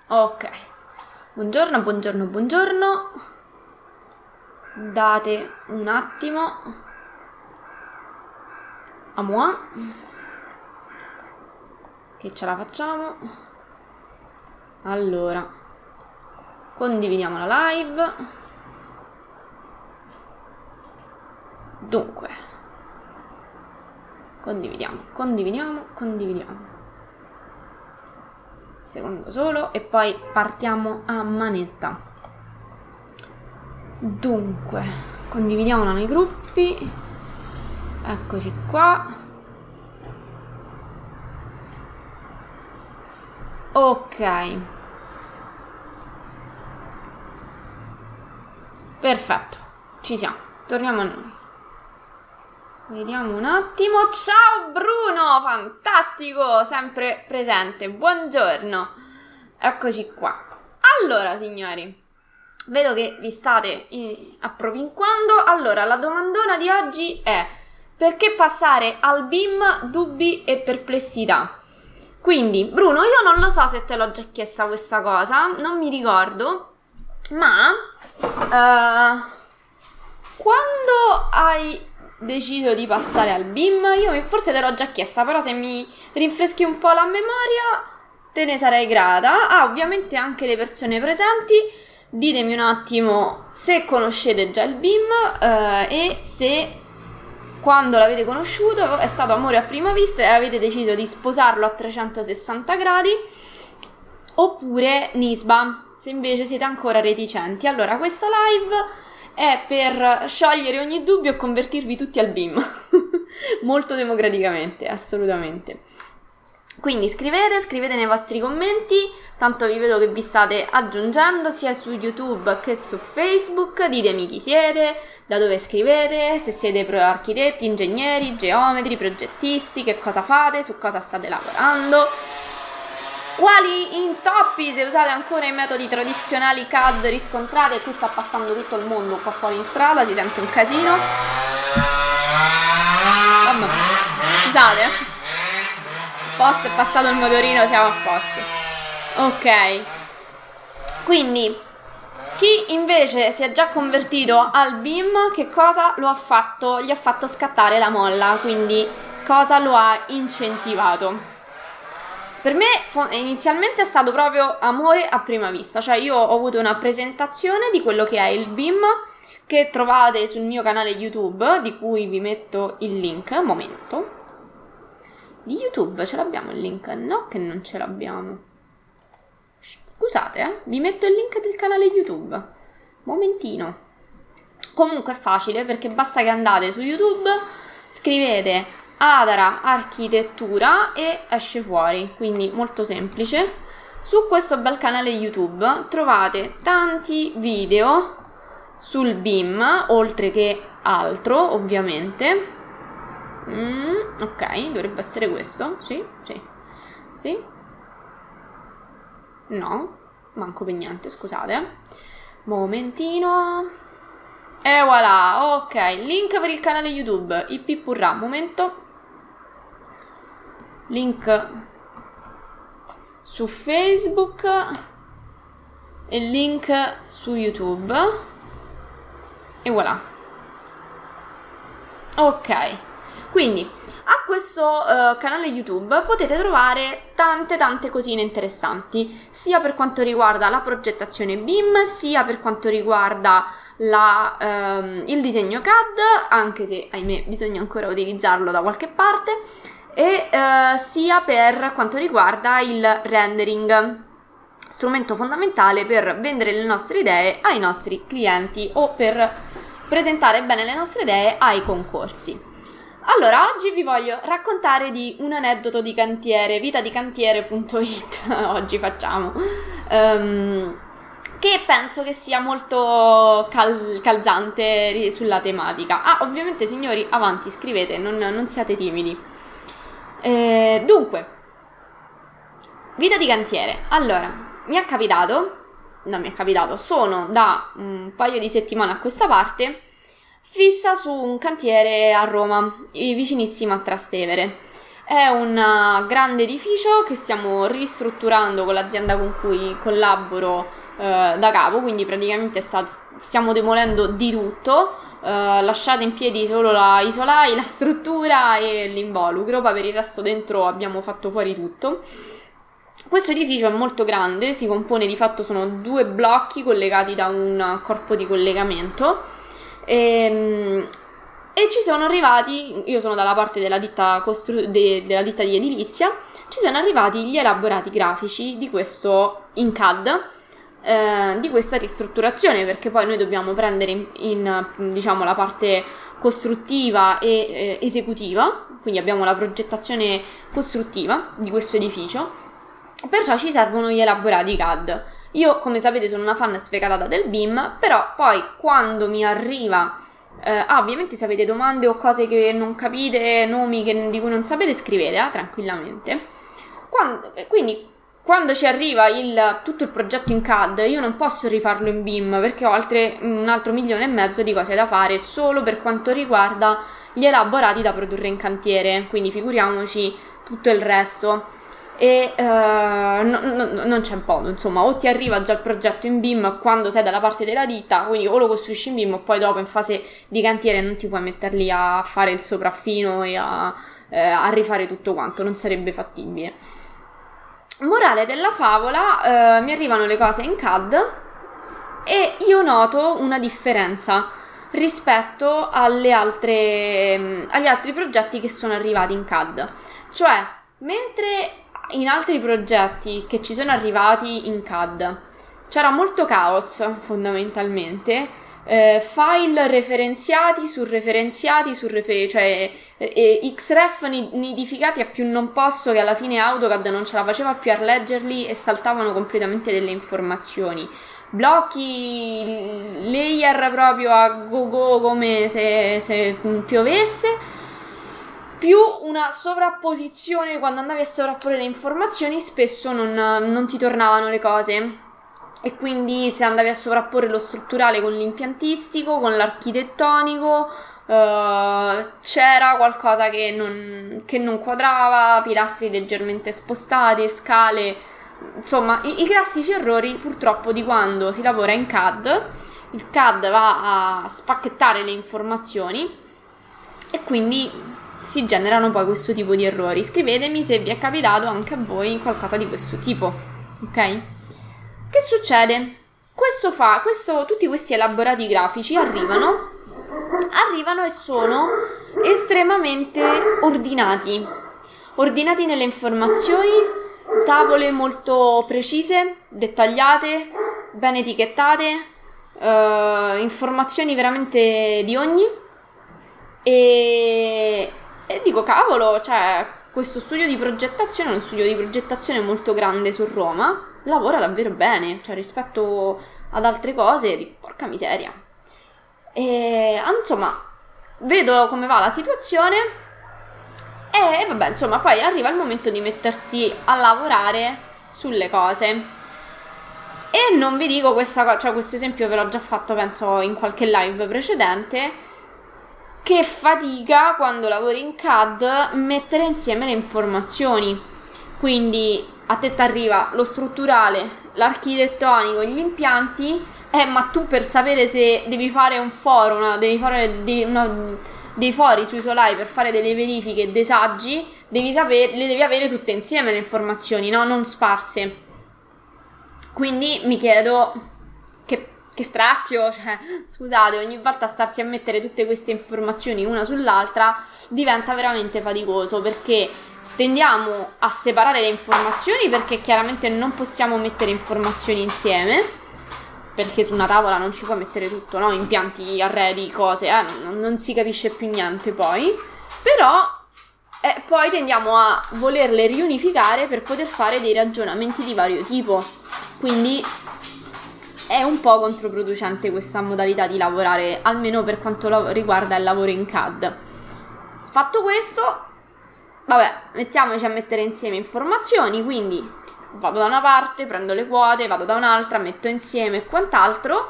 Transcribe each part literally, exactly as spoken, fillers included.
Ok. Buongiorno, buongiorno, buongiorno. Date un attimo. A moi. Che ce la facciamo. Allora. Condividiamo la live. Dunque. Condividiamo, condividiamo, condividiamo. Secondo solo e poi partiamo a manetta. Dunque, condividiamola nei gruppi. Eccoci qua. Ok. Perfetto, ci siamo. Torniamo a noi. Vediamo un attimo. Ciao Bruno, fantastico, sempre presente. Buongiorno. Eccoci qua. Allora, signori, vedo che vi state appropinquando. Allora, la domandona di oggi è: perché passare al B I M dubbi e perplessità? Quindi, Bruno, io non lo so se te l'ho già chiesta questa cosa, non mi ricordo, ma uh, quando hai deciso di passare al B I M, io forse te l'ho già chiesta, però se mi rinfreschi un po' la memoria te ne sarei grata. Ah, ovviamente anche le persone presenti, ditemi un attimo se conoscete già il B I M eh, e se quando l'avete conosciuto è stato amore a prima vista e avete deciso di sposarlo a trecentosessanta gradi, oppure Nisba, se invece siete ancora reticenti. Allora, questa live è per sciogliere ogni dubbio e convertirvi tutti al B I M. Molto democraticamente, assolutamente. Quindi scrivete, scrivete nei vostri commenti, tanto vi vedo che vi state aggiungendo sia su YouTube che su Facebook. Ditemi chi siete, da dove scrivete, se siete architetti, ingegneri, geometri, progettisti, che cosa fate, su cosa state lavorando. Quali intoppi, se usate ancora i metodi tradizionali C A D, riscontrate? Qui sta passando tutto il mondo qua fuori in strada, si sente un casino. Vabbè, scusate, a posto, è passato il motorino, siamo a posto. Ok, quindi chi invece si è già convertito al B I M, che cosa lo ha fatto? Gli ha fatto scattare la molla, quindi cosa lo ha incentivato? Per me inizialmente è stato proprio amore a prima vista, cioè io ho avuto una presentazione di quello che è il B I M che trovate sul mio canale YouTube, di cui vi metto il link. Momento. Di YouTube ce l'abbiamo il link? No, che non ce l'abbiamo. Scusate, eh, vi metto il link del canale YouTube. Momentino. Comunque è facile, perché basta che andate su YouTube, scrivete Adara Architettura e esce fuori, quindi molto semplice. Su questo bel canale YouTube trovate tanti video sul B I M, oltre che altro ovviamente. mm, ok, dovrebbe essere questo, sì, sì, sì, no, manco per niente, scusate, momentino. E voilà, ok, link per il canale YouTube, I P Purra, momento. Link su Facebook e link su YouTube e voilà. Ok, quindi a questo uh, canale YouTube potete trovare tante tante cosine interessanti, sia per quanto riguarda la progettazione B I M, sia per quanto riguarda la, um, il disegno C A D, anche se ahimè bisogna ancora utilizzarlo da qualche parte, e uh, sia per quanto riguarda il rendering, strumento fondamentale per vendere le nostre idee ai nostri clienti o per presentare bene le nostre idee ai concorsi. Allora, oggi vi voglio raccontare di un aneddoto di cantiere, vitadicantiere punto it, oggi facciamo, um, che penso che sia molto cal- calzante sulla tematica. Ah, ovviamente signori, avanti, scrivete, non, non siate timidi. Eh, dunque, vita di cantiere. Allora, mi è capitato, non mi è capitato, sono da un paio di settimane a questa parte fissa su un cantiere a Roma, vicinissimo a Trastevere. È un grande edificio che stiamo ristrutturando con l'azienda con cui collaboro eh, da capo, quindi praticamente sta, stiamo demolendo di tutto, eh, lasciate in piedi solo la isolai, la struttura e l'involucro, poi per il resto dentro abbiamo fatto fuori tutto. Questo edificio è molto grande, si compone di fatto, sono due blocchi collegati da un corpo di collegamento e, e ci sono arrivati, io sono dalla parte della ditta, costru- de, della ditta di edilizia, ci sono arrivati gli elaborati grafici di questo in C A D, eh, di questa ristrutturazione, perché poi noi dobbiamo prendere in, in diciamo la parte costruttiva e eh, esecutiva, quindi abbiamo la progettazione costruttiva di questo edificio. Perciò ci servono gli elaborati C A D. Io, come sapete, sono una fan sfegatata del B I M, però poi quando mi arriva... Eh, ah, ovviamente se avete domande o cose che non capite, nomi che, di cui non sapete, scrivete, eh, tranquillamente. Quando, quindi, quando ci arriva il, tutto il progetto in C A D, io non posso rifarlo in B I M, perché ho altre, un altro milione e mezzo di cose da fare solo per quanto riguarda gli elaborati da produrre in cantiere. Quindi figuriamoci tutto il resto. E uh, no, no, non c'è modo, insomma, o ti arriva già il progetto in B I M quando sei dalla parte della ditta, quindi o lo costruisci in B I M o poi dopo in fase di cantiere non ti puoi mettere lì a fare il sopraffino e a, eh, a rifare tutto quanto, non sarebbe fattibile. Morale della favola, eh, mi arrivano le cose in C A D e io noto una differenza rispetto alle altre, agli altri progetti che sono arrivati in C A D, cioè mentre in altri progetti che ci sono arrivati in C A D c'era molto caos fondamentalmente, eh, file referenziati su referenziati su refer- cioè eh, Xref nidificati a più non posso, che alla fine AutoCAD non ce la faceva più a leggerli e saltavano completamente delle informazioni, blocchi layer proprio a go go come se, se piovesse, più una sovrapposizione. Quando andavi a sovrapporre le informazioni spesso non, non ti tornavano le cose, e quindi se andavi a sovrapporre lo strutturale con l'impiantistico, con l'architettonico, eh, c'era qualcosa che non, che non quadrava, pilastri leggermente spostati, scale, insomma i, i classici errori purtroppo di quando si lavora in C A D. Il C A D va a spacchettare le informazioni e quindi si generano poi questo tipo di errori. Scrivetemi se vi è capitato anche a voi qualcosa di questo tipo, ok? Che succede? Questo fa, questo, tutti questi elaborati grafici arrivano, arrivano e sono estremamente ordinati, ordinati nelle informazioni, tavole molto precise, dettagliate, ben etichettate, eh, informazioni veramente di ogni, e... E dico, cavolo, cioè, questo studio di progettazione è uno studio di progettazione molto grande su Roma, lavora davvero bene, cioè rispetto ad altre cose, dico, porca miseria. E insomma, vedo come va la situazione e, e vabbè, insomma, poi arriva il momento di mettersi a lavorare sulle cose. E non vi dico questa cosa, cioè questo esempio ve l'ho già fatto, penso, in qualche live precedente. Che fatica quando lavori in C A D mettere insieme le informazioni. Quindi a te ti arriva lo strutturale, l'architettonico, gli impianti, eh, ma tu per sapere se devi fare un foro, una, devi fare dei, una, dei fori sui solai per fare delle verifiche, dei saggi, devi sapere, le devi avere tutte insieme le informazioni, no? Non sparse. Quindi mi chiedo che Che strazio, cioè, scusate, ogni volta starsi a mettere tutte queste informazioni una sull'altra diventa veramente faticoso, perché tendiamo a separare le informazioni, perché chiaramente non possiamo mettere informazioni insieme, perché su una tavola non ci puoi mettere tutto, no? Impianti, arredi, cose, eh? non, non si capisce più niente poi, però eh, poi tendiamo a volerle riunificare per poter fare dei ragionamenti di vario tipo, quindi è un po' controproducente questa modalità di lavorare, almeno per quanto lo- riguarda il lavoro in C A D. Fatto questo, vabbè, mettiamoci a mettere insieme informazioni, quindi vado da una parte, prendo le quote, vado da un'altra, metto insieme e quant'altro,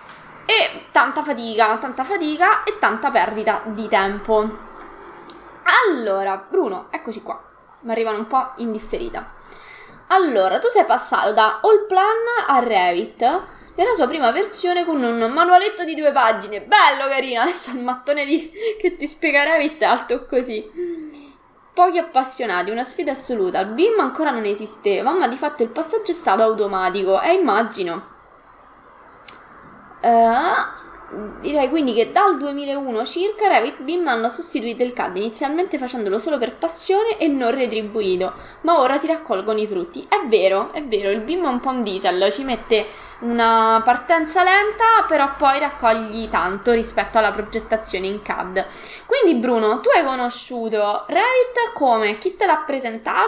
e tanta fatica, tanta fatica e tanta perdita di tempo. Allora, Bruno, eccoci qua, mi arrivano un po' in differita. Allora, tu sei passato da Allplan a Revit nella sua prima versione con un manualetto di due pagine, bello carino, adesso il mattone di... che ti spiega Revit è alto così. Pochi appassionati, una sfida assoluta, il B I M ancora non esisteva, ma di fatto il passaggio è stato automatico e immagino... Uh, direi quindi che dal duemilauno circa Revit B I M hanno sostituito il C A D, inizialmente facendolo solo per passione e non retribuito, ma ora si raccolgono i frutti. È vero, è vero, il B I M è un po' un diesel, ci mette una partenza lenta, però poi raccogli tanto rispetto alla progettazione in C A D. Quindi Bruno, tu hai conosciuto Revit come? Chi te l'ha presentato?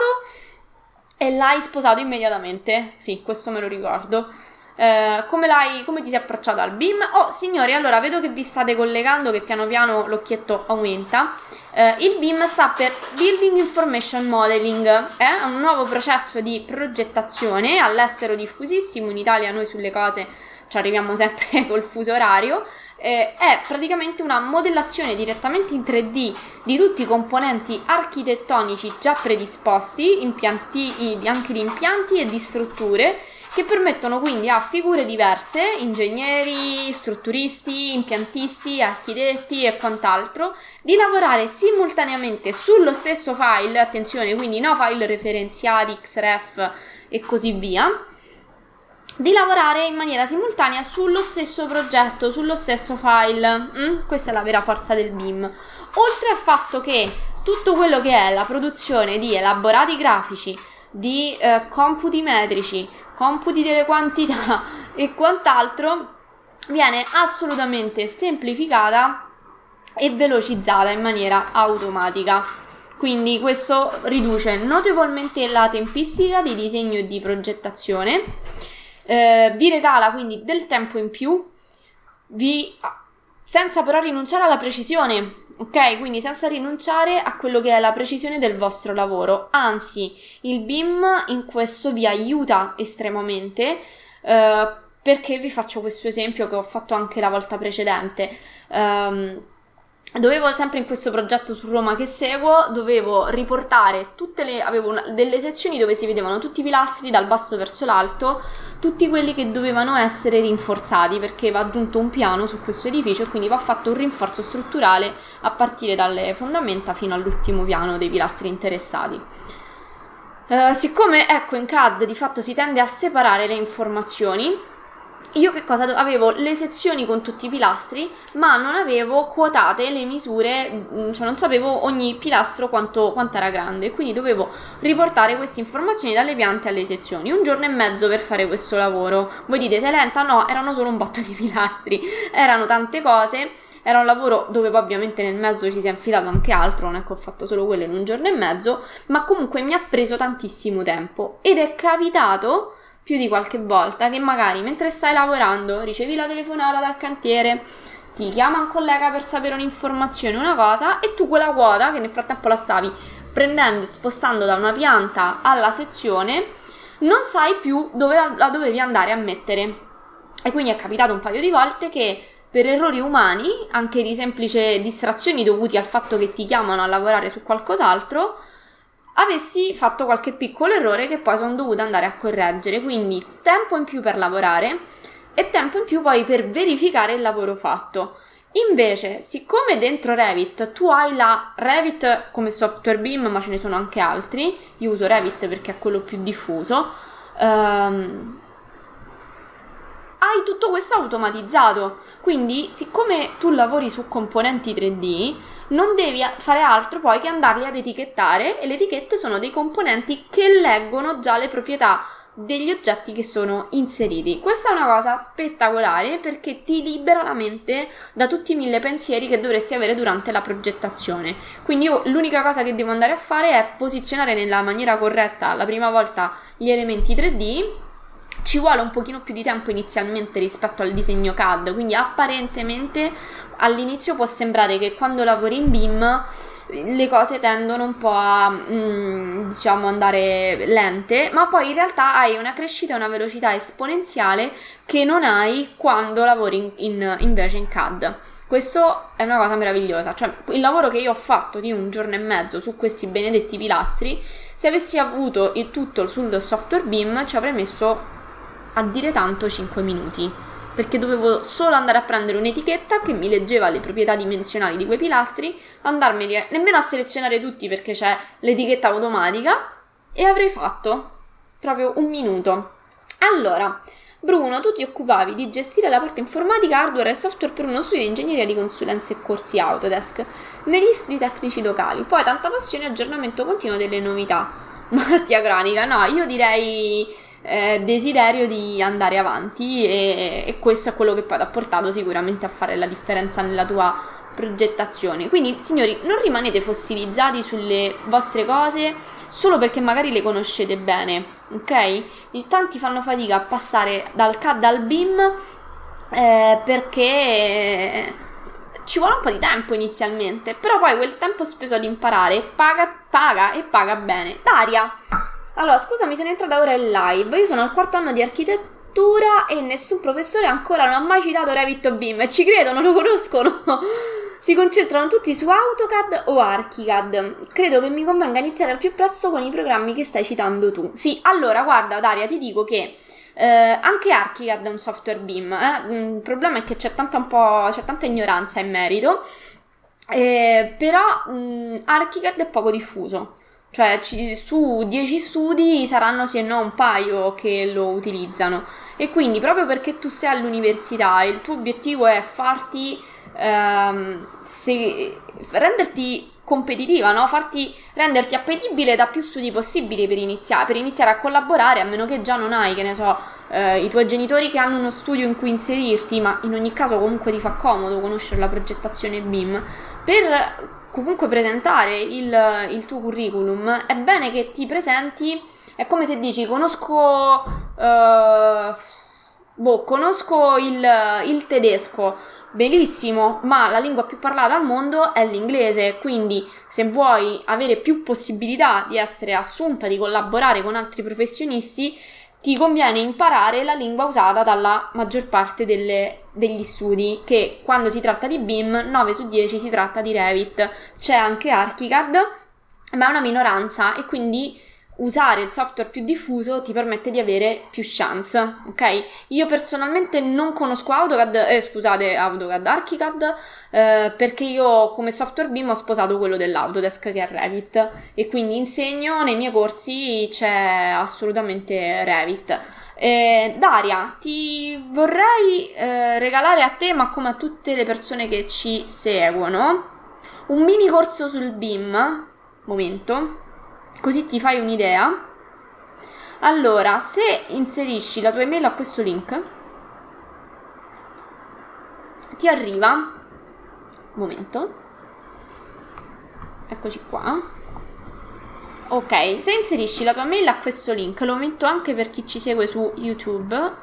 E l'hai sposato immediatamente? Sì, questo me lo ricordo. Uh, come, l'hai, come ti sei approcciato al B I M? Oh signori, allora vedo che vi state collegando, che piano piano l'occhietto aumenta. Uh, il B I M sta per Building Information Modeling, è un nuovo processo di progettazione, all'estero diffusissimo, in Italia noi sulle cose ci arriviamo sempre col fuso orario. Eh, è praticamente una modellazione direttamente in tre D di tutti i componenti architettonici già predisposti, impianti, anche di impianti e di strutture, che permettono quindi a figure diverse, ingegneri, strutturisti, impiantisti, architetti e quant'altro, di lavorare simultaneamente sullo stesso file, attenzione, quindi no file referenziati, X R F e così via, di lavorare in maniera simultanea sullo stesso progetto, sullo stesso file. Mm? Questa è la vera forza del B I M. Oltre al fatto che tutto quello che è la produzione di elaborati grafici, di eh, computi metrici, computi delle quantità e quant'altro viene assolutamente semplificata e velocizzata in maniera automatica. Quindi questo riduce notevolmente la tempistica di disegno e di progettazione, eh, vi regala quindi del tempo in più, vi, senza però rinunciare alla precisione. Ok, quindi senza rinunciare a quello che è la precisione del vostro lavoro, anzi il B I M in questo vi aiuta estremamente, eh, perché vi faccio questo esempio che ho fatto anche la volta precedente. Um, dovevo sempre in questo progetto su Roma che seguo, dovevo riportare tutte le, avevo una, delle sezioni dove si vedevano tutti i pilastri dal basso verso l'alto, tutti quelli che dovevano essere rinforzati, perché va aggiunto un piano su questo edificio e quindi va fatto un rinforzo strutturale a partire dalle fondamenta fino all'ultimo piano dei pilastri interessati. Uh, siccome ecco in C A D di fatto si tende a separare le informazioni, io che cosa avevo? Le sezioni con tutti i pilastri, ma non avevo quotate le misure, cioè non sapevo ogni pilastro quanto, quanto era grande, quindi dovevo riportare queste informazioni dalle piante alle sezioni. Un giorno e mezzo per fare questo lavoro. Voi dite, sei lenta? No, erano solo un botto di pilastri, erano tante cose, era un lavoro dove poi ovviamente nel mezzo ci si è infilato anche altro, non è che ho fatto solo quello in un giorno e mezzo, ma comunque mi ha preso tantissimo tempo ed è capitato più di qualche volta che magari mentre stai lavorando ricevi la telefonata dal cantiere, ti chiama un collega per sapere un'informazione, una cosa, e tu quella quota che nel frattempo la stavi prendendo e spostando da una pianta alla sezione non sai più dove la dovevi andare a mettere. E quindi è capitato un paio di volte che per errori umani, anche di semplici distrazioni dovuti al fatto che ti chiamano a lavorare su qualcos'altro, avessi fatto qualche piccolo errore che poi sono dovuta andare a correggere. Quindi tempo in più per lavorare e tempo in più poi per verificare il lavoro fatto. Invece, siccome dentro Revit tu hai la Revit come software B I M, ma ce ne sono anche altri, io uso Revit perché è quello più diffuso, ehm, hai tutto questo automatizzato. Quindi, siccome tu lavori su componenti tre D, non devi fare altro poi che andarli ad etichettare, e le etichette sono dei componenti che leggono già le proprietà degli oggetti che sono inseriti. Questa è una cosa spettacolare perché ti libera la mente da tutti i mille pensieri che dovresti avere durante la progettazione. Quindi io l'unica cosa che devo andare a fare è posizionare nella maniera corretta la prima volta gli elementi tre D. Ci vuole un pochino più di tempo inizialmente rispetto al disegno C A D, quindi apparentemente all'inizio può sembrare che quando lavori in B I M le cose tendono un po' a mm, diciamo andare lente, ma poi in realtà hai una crescita e una velocità esponenziale che non hai quando lavori in, in, invece in C A D. Questo è una cosa meravigliosa, cioè il lavoro che io ho fatto di un giorno e mezzo su questi benedetti pilastri, se avessi avuto il tutto sul software B I M ci avrei messo, a dire tanto, cinque minuti, perché dovevo solo andare a prendere un'etichetta che mi leggeva le proprietà dimensionali di quei pilastri, andarmeli a, nemmeno a selezionare tutti perché c'è l'etichetta automatica, e avrei fatto proprio un minuto. Allora, Bruno, tu ti occupavi di gestire la parte informatica, hardware e software per uno studio di ingegneria di consulenze e corsi Autodesk negli studi tecnici locali. Poi tanta passione e aggiornamento continuo delle novità. Malattia cronica, no, io direi eh, desiderio di andare avanti e, e questo è quello che poi ti ha portato sicuramente a fare la differenza nella tua progettazione. Quindi, signori, non rimanete fossilizzati sulle vostre cose solo perché magari le conoscete bene, ok? In tanti fanno fatica a passare dal C A D al B I M eh, perché ci vuole un po' di tempo inizialmente, però poi quel tempo speso ad imparare paga, paga e paga bene. Daria, allora scusa, mi sono entrata ora in live, io sono al quarto anno di architettura e nessun professore ancora non ha mai citato Revit o B I M, e ci credo, non lo conoscono. Si concentrano tutti su AutoCAD o ArchiCAD. Credo che mi convenga iniziare al più presto con i programmi che stai citando tu. Sì, allora, guarda, Daria, ti dico che eh, anche ArchiCAD è un software B I M. Eh? Il problema è che c'è tanta, un po', c'è tanta ignoranza in merito, eh, però mh, ArchiCAD è poco diffuso. Cioè, ci, su dieci studi saranno sì e no un paio che lo utilizzano. E quindi, proprio perché tu sei all'università e il tuo obiettivo è farti... Um, se, renderti competitiva, no? Farti renderti appetibile da più studi possibili per iniziare, per iniziare a collaborare, a meno che già non hai, che ne so, eh, i tuoi genitori che hanno uno studio in cui inserirti, ma in ogni caso comunque ti fa comodo conoscere la progettazione B I M per comunque presentare il, il tuo curriculum. È bene che ti presenti, è come se dici conosco uh, boh, conosco il, il tedesco. Benissimo, ma la lingua più parlata al mondo è l'inglese, quindi se vuoi avere più possibilità di essere assunta, di collaborare con altri professionisti, ti conviene imparare la lingua usata dalla maggior parte delle, degli studi, che quando si tratta di B I M, nove su dieci si tratta di Revit. C'è anche ArchiCAD, ma è una minoranza e quindi usare il software più diffuso ti permette di avere più chance, ok? Io personalmente non conosco AutoCAD, eh, scusate, AutoCAD, ArchiCAD, eh, perché io come software B I M ho sposato quello dell'Autodesk che è Revit e quindi insegno, nei miei corsi c'è assolutamente Revit. Eh, Daria, ti vorrei eh, regalare a te, ma come a tutte le persone che ci seguono, un mini corso sul B I M, momento, così ti fai un'idea. Allora, se inserisci la tua email a questo link, ti arriva, momento, eccoci qua. Ok, se inserisci la tua mail a questo link, lo metto anche per chi ci segue su YouTube,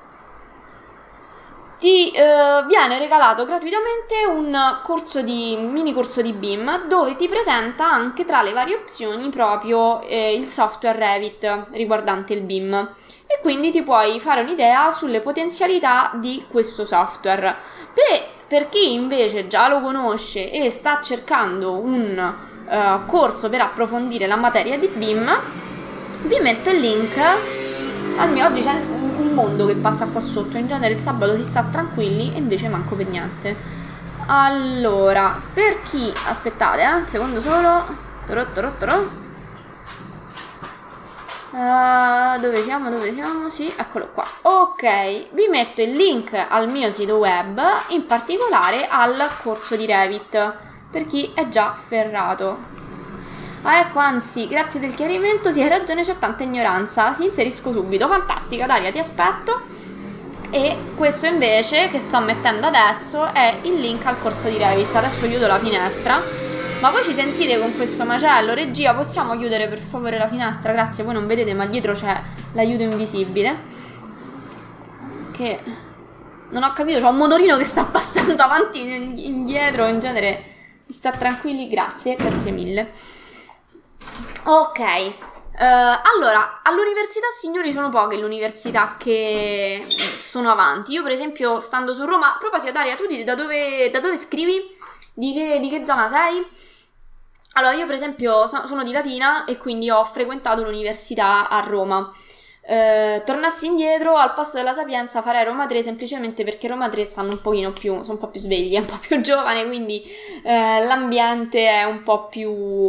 ti eh, viene regalato gratuitamente un corso di mini corso di B I M dove ti presenta anche tra le varie opzioni proprio eh, il software Revit riguardante il B I M, e quindi ti puoi fare un'idea sulle potenzialità di questo software. Per, per chi invece già lo conosce e sta cercando un uh, corso per approfondire la materia di B I M, vi metto il link al mio, oggi c'è un mondo che passa qua sotto, in genere il sabato si sta tranquilli e invece manco per niente. Allora, per chi, aspettate, eh, un secondo solo, toro, toro, toro. Uh, dove siamo, dove siamo? Sì, eccolo qua. Ok, vi metto il link al mio sito web, in particolare al corso di Revit, per chi è già ferrato. Ah, ecco, anzi, grazie del chiarimento, sì, hai ragione, c'è tanta ignoranza, si inserisco subito. Fantastica, Daria, ti aspetto. E questo invece che sto mettendo adesso è il link al corso di Revit. Adesso chiudo la finestra, ma voi ci sentite con questo macello? Regia, possiamo chiudere per favore la finestra? Grazie, voi non vedete ma dietro c'è l'aiuto invisibile, che non ho capito, c'è un motorino che sta passando avanti e indietro, in genere si sta tranquilli. Grazie, grazie mille. Ok, Uh, allora, all'università, signori, sono poche le università che sono avanti. Io, per esempio, stando su Roma, a proposito, Daria, tu di, da, dove, da dove scrivi? Di che, di che zona sei? Allora, io per esempio sono di Latina e quindi ho frequentato l'università a Roma. Uh, tornassi indietro, al posto della Sapienza farei Roma tre, semplicemente perché Roma tre stanno un pochino più, sono un po' più svegli, è un po' più giovane, quindi uh, l'ambiente è un po' più...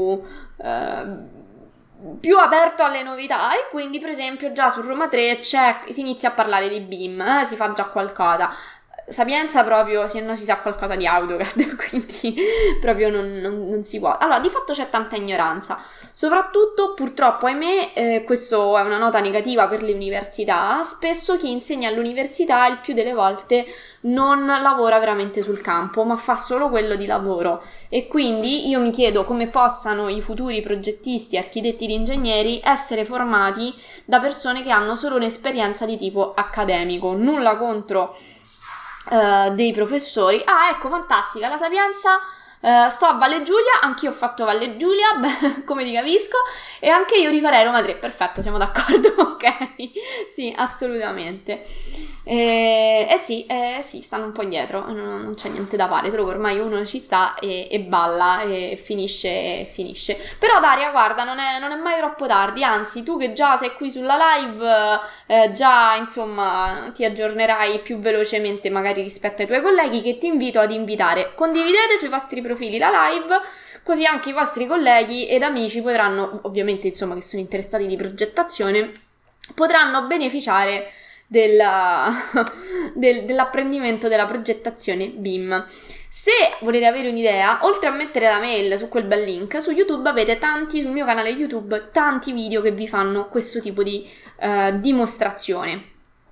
Uh, più aperto alle novità, e quindi per esempio già su Roma tre c'è, si inizia a parlare di B I M, eh, si fa già qualcosa. Sapienza proprio, se no si sa qualcosa di AutoCAD, quindi proprio non, non, non si può. Allora, di fatto c'è tanta ignoranza, soprattutto purtroppo, ahimè, eh, questo è una nota negativa per le università, spesso chi insegna all'università il più delle volte non lavora veramente sul campo, ma fa solo quello di lavoro, e quindi io mi chiedo come possano i futuri progettisti, architetti ed ingegneri essere formati da persone che hanno solo un'esperienza di tipo accademico. Nulla contro Uh, dei professori. Ah, ecco, fantastica, la Sapienza. Uh, sto a Valle Giulia, anch'io ho fatto Valle Giulia, beh, come ti capisco, e anche io rifarei Roma tre, perfetto, siamo d'accordo, ok? Sì, assolutamente. Eh, eh sì, eh sì, stanno un po' indietro, non, non c'è niente da fare, solo che ormai uno ci sta e, e balla e finisce, e finisce. Però Daria, guarda, non è, non è mai troppo tardi, anzi, tu che già sei qui sulla live, eh, già, insomma, ti aggiornerai più velocemente magari rispetto ai tuoi colleghi, che ti invito ad invitare. Condividete sui vostri profili la live, così anche i vostri colleghi ed amici potranno, ovviamente, insomma, che sono interessati di progettazione, potranno beneficiare della, del, dell'apprendimento della progettazione B I M. Se volete avere un'idea, oltre a mettere la mail su quel bel link, su YouTube avete tanti, sul mio canale YouTube, tanti video che vi fanno questo tipo di uh, dimostrazione.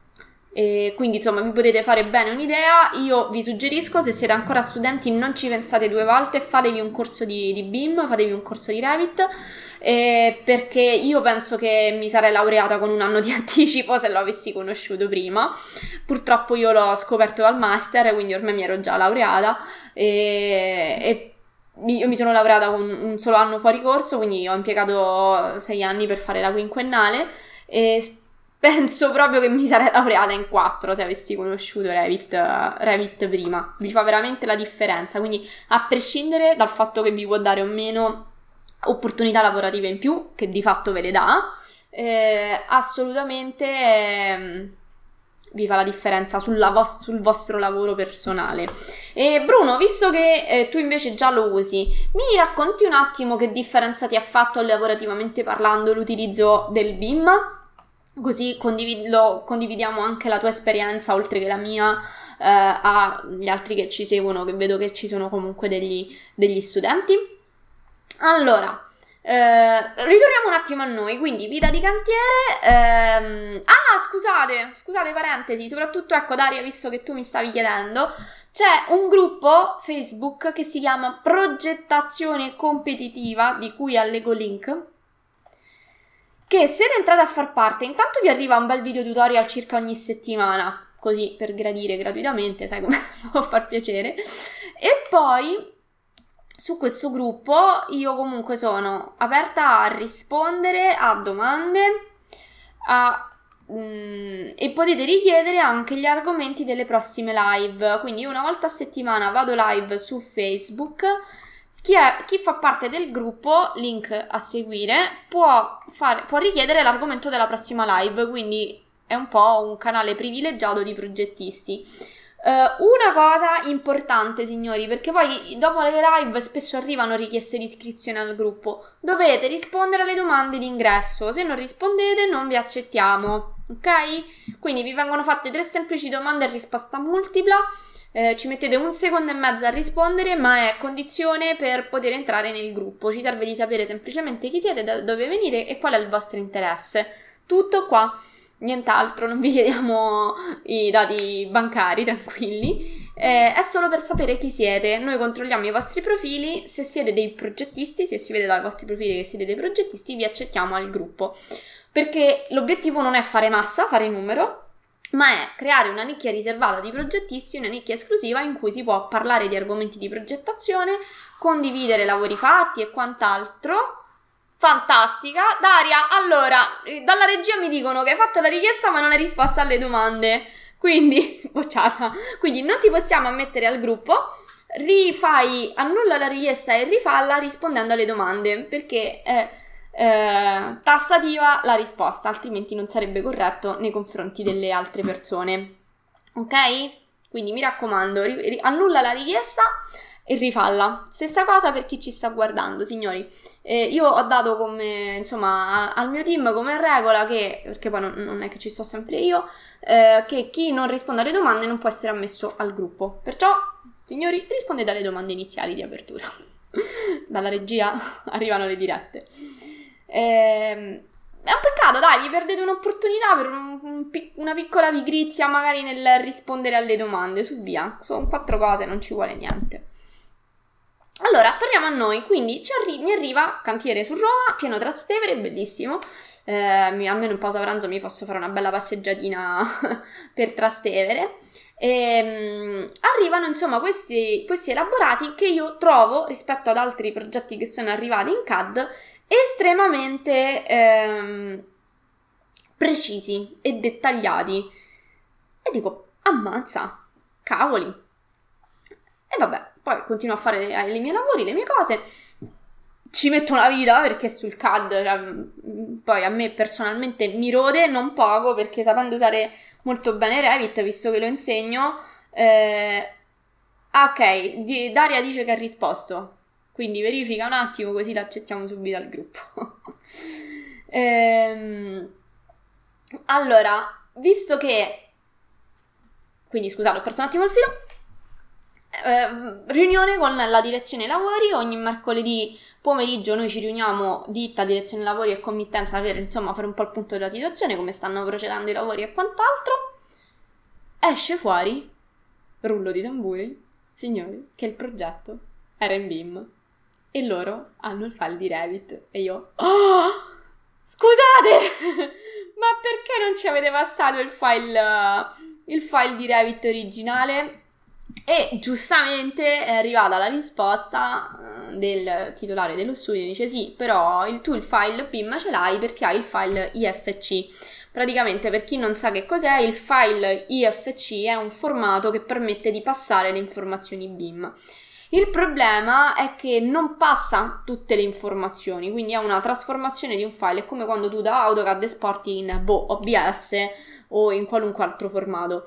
E quindi insomma vi potete fare bene un'idea. Io vi suggerisco, se siete ancora studenti, non ci pensate due volte, fatevi un corso di, di B I M, fatevi un corso di Revit, eh, perché io penso che mi sarei laureata con un anno di anticipo se lo avessi conosciuto prima. Purtroppo io l'ho scoperto al master, quindi ormai mi ero già laureata, e, e io mi sono laureata con un solo anno fuori corso, quindi ho impiegato sei anni per fare la quinquennale, e penso proprio che mi sarei laureata in quattro se avessi conosciuto Revit, uh, Revit prima. Vi fa veramente la differenza, quindi a prescindere dal fatto che vi può dare o meno opportunità lavorative in più, che di fatto ve le dà, eh, assolutamente eh, vi fa la differenza sulla vos- sul vostro lavoro personale. E Bruno, visto che eh, tu invece già lo usi, mi racconti un attimo che differenza ti ha fatto lavorativamente parlando l'utilizzo del B I M? Così condivido, condividiamo anche la tua esperienza, oltre che la mia, eh, agli altri che ci seguono, che vedo che ci sono comunque degli, degli studenti. Allora, eh, ritorniamo un attimo a noi, quindi vita di cantiere. Ehm, ah, scusate, scusate, parentesi, soprattutto, ecco Daria, visto che tu mi stavi chiedendo, c'è un gruppo Facebook che si chiama Progettazione Competitiva, di cui allego link, che se entrate a far parte, intanto vi arriva un bel video tutorial circa ogni settimana, così per gradire gratuitamente, sai come può far piacere. E poi su questo gruppo io comunque sono aperta a rispondere a domande, a, mm, e potete richiedere anche gli argomenti delle prossime live. Quindi una volta a settimana vado live su Facebook. Chi, è, chi fa parte del gruppo, link a seguire, può, fare, può richiedere l'argomento della prossima live, quindi è un po' un canale privilegiato di progettisti. Uh, una cosa importante, signori, perché poi dopo le live spesso arrivano richieste di iscrizione al gruppo, dovete rispondere alle domande di ingresso, se non rispondete non vi accettiamo, ok? Quindi vi vengono fatte tre semplici domande a risposta multipla. Eh, ci mettete un secondo e mezzo a rispondere, ma è condizione per poter entrare nel gruppo. Ci serve di sapere semplicemente chi siete, da dove venite e qual è il vostro interesse. Tutto qua, nient'altro, non vi chiediamo i dati bancari, tranquilli. Eh, è solo per sapere chi siete. Noi controlliamo i vostri profili, se siete dei progettisti, se si vede dai vostri profili che siete dei progettisti, vi accettiamo al gruppo. Perché l'obiettivo non è fare massa, fare numero, ma è creare una nicchia riservata di progettisti, una nicchia esclusiva in cui si può parlare di argomenti di progettazione, condividere lavori fatti e quant'altro, Fantastica. Daria, allora, dalla regia mi dicono che hai fatto la richiesta ma non hai risposto alle domande, quindi, bocciata, quindi non ti possiamo ammettere al gruppo. Rifai, annulla la richiesta e rifalla rispondendo alle domande, perché è eh, tassativa la risposta, altrimenti non sarebbe corretto nei confronti delle altre persone. Ok? Quindi mi raccomando, ri- ri- annulla la richiesta e rifalla. Stessa cosa per chi ci sta guardando, signori. Eh, io ho dato come, insomma, a- al mio team come regola che, perché poi non, non è che ci sto sempre io, eh, che chi non risponde alle domande non può essere ammesso al gruppo. Perciò, signori, rispondete alle domande iniziali di apertura. Dalla regia arrivano le dirette. Ehm... È un peccato, dai, vi perdete un'opportunità per un, un, una piccola pigrizia magari nel rispondere alle domande, su via. Sono quattro cose, non ci vuole niente. Allora, torniamo a noi, quindi ci arri- mi arriva Cantiere su Roma, pieno Trastevere, bellissimo. Eh, mi, almeno in pausa pranzo mi posso fare una bella passeggiatina per Trastevere. E, arrivano insomma questi, questi elaborati che io trovo, rispetto ad altri progetti che sono arrivati in C A D, estremamente ehm, precisi e dettagliati. E dico, ammazza, cavoli. E vabbè, poi continuo a fare i miei lavori, le mie cose. Ci metto una vita perché sul C A D, cioè, poi a me personalmente mi rode non poco, perché sapendo usare molto bene Revit, visto che lo insegno, eh, ok, di, Daria dice che ha risposto. Quindi verifica un attimo, così l'accettiamo subito al gruppo. ehm, allora, visto che... Quindi scusate, ho perso un attimo il filo. Eh, riunione con la direzione lavori. Ogni mercoledì pomeriggio noi ci riuniamo, ditta, direzione lavori e committenza, per insomma fare un po' il punto della situazione, come stanno procedendo i lavori e quant'altro. Esce fuori, rullo di tamburi, signori, che il progetto era in B I M. E loro hanno il file di Revit. E io, oh, scusate, ma perché non ci avete passato il file, il file di Revit originale? E giustamente è arrivata la risposta del titolare dello studio, dice sì, però il, tu il file P I M ce l'hai perché hai il file I F C. Praticamente, per chi non sa che cos'è, il file I F C è un formato che permette di passare le informazioni B I M. Il problema è che non passa tutte le informazioni, quindi è una trasformazione di un file, è come quando tu da AutoCAD esporti in boh, O B S o in qualunque altro formato.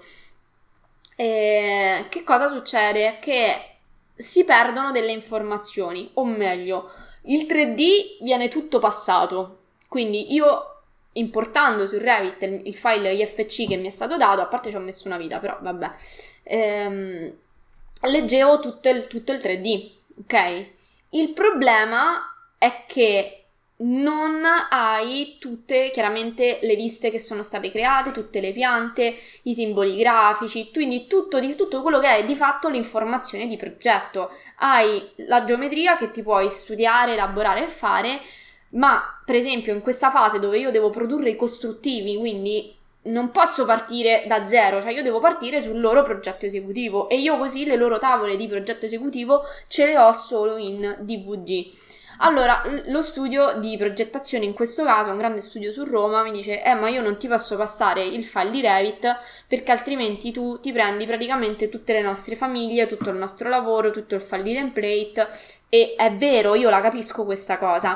E che cosa succede? Che si perdono delle informazioni, o meglio, il tre D viene tutto passato, quindi io importando su Revit il, il file I F C che mi è stato dato, a parte ci ho messo una vita, però vabbè, ehm, leggevo tutto il, tutto il tre D, ok? Il problema è che non hai tutte chiaramente le viste che sono state create, tutte le piante, i simboli grafici, quindi tutto, di, tutto quello che è di fatto l'informazione di progetto. Hai la geometria che ti puoi studiare, elaborare e fare, ma per esempio in questa fase dove io devo produrre i costruttivi, quindi non posso partire da zero, cioè io devo partire sul loro progetto esecutivo e io così le loro tavole di progetto esecutivo ce le ho solo in D V G. Allora, lo studio di progettazione in questo caso, un grande studio su Roma, mi dice eh ma io non ti posso passare il file di Revit perché altrimenti tu ti prendi praticamente tutte le nostre famiglie, tutto il nostro lavoro, tutto il file di template. E è vero, io la capisco questa cosa,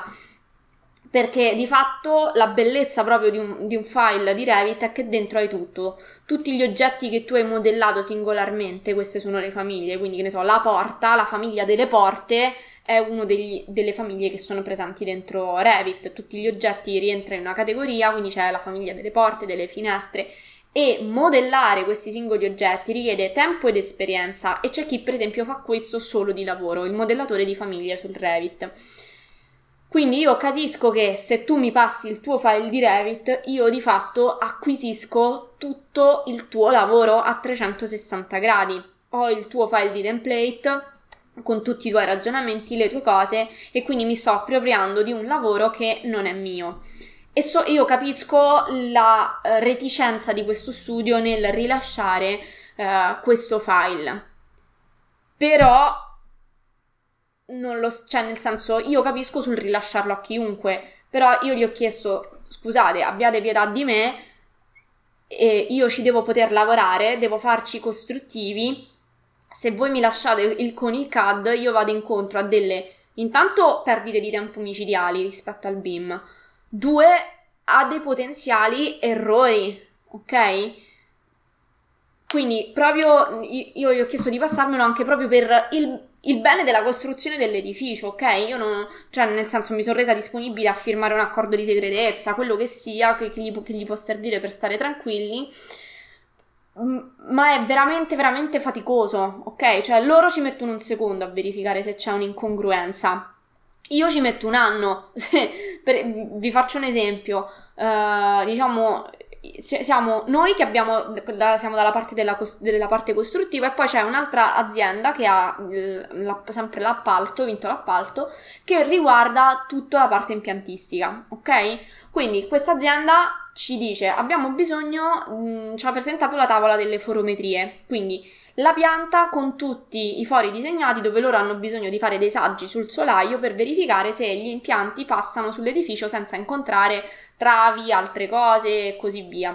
perché di fatto la bellezza proprio di un, di un file di Revit è che dentro hai tutto, tutti gli oggetti che tu hai modellato singolarmente, queste sono le famiglie, quindi che ne so, la porta, la famiglia delle porte è una delle famiglie che sono presenti dentro Revit, tutti gli oggetti rientrano in una categoria, quindi c'è la famiglia delle porte, delle finestre, e modellare questi singoli oggetti richiede tempo ed esperienza, e c'è chi per esempio fa questo solo di lavoro, il modellatore di famiglie sul Revit. Quindi io capisco che se tu mi passi il tuo file di Revit, io di fatto acquisisco tutto il tuo lavoro a trecentosessanta gradi. Ho il tuo file di template con tutti i tuoi ragionamenti, le tue cose, e quindi mi sto appropriando di un lavoro che non è mio. E so, io capisco la eh, reticenza di questo studio nel rilasciare eh, questo file. Però non lo, cioè nel senso, io capisco sul rilasciarlo a chiunque, però io gli ho chiesto, scusate, abbiate pietà di me, e io ci devo poter lavorare, devo farci costruttivi. Se voi mi lasciate il, con il C A D, io vado incontro a delle, intanto, perdite di tempo micidiali rispetto al B I M, due, a dei potenziali errori, ok? Quindi proprio io gli ho chiesto di passarmelo anche proprio per il, il bene della costruzione dell'edificio, ok? Io non, cioè nel senso mi sono resa disponibile a firmare un accordo di segretezza, quello che sia, che, che, gli, che gli può servire per stare tranquilli, ma è veramente veramente faticoso, ok? Cioè loro ci mettono un secondo a verificare se c'è un'incongruenza, io ci metto un anno. Per, vi faccio un esempio, uh, diciamo siamo noi che abbiamo siamo dalla parte della, della parte costruttiva, e poi c'è un'altra azienda che ha la, sempre l'appalto, vinto l'appalto, che riguarda tutta la parte impiantistica, ok? Quindi questa azienda ci dice: abbiamo bisogno, mh, ci ha presentato la tavola delle forometrie, quindi la pianta con tutti i fori disegnati, dove loro hanno bisogno di fare dei saggi sul solaio per verificare se gli impianti passano sull'edificio senza incontrare travi, altre cose e così via.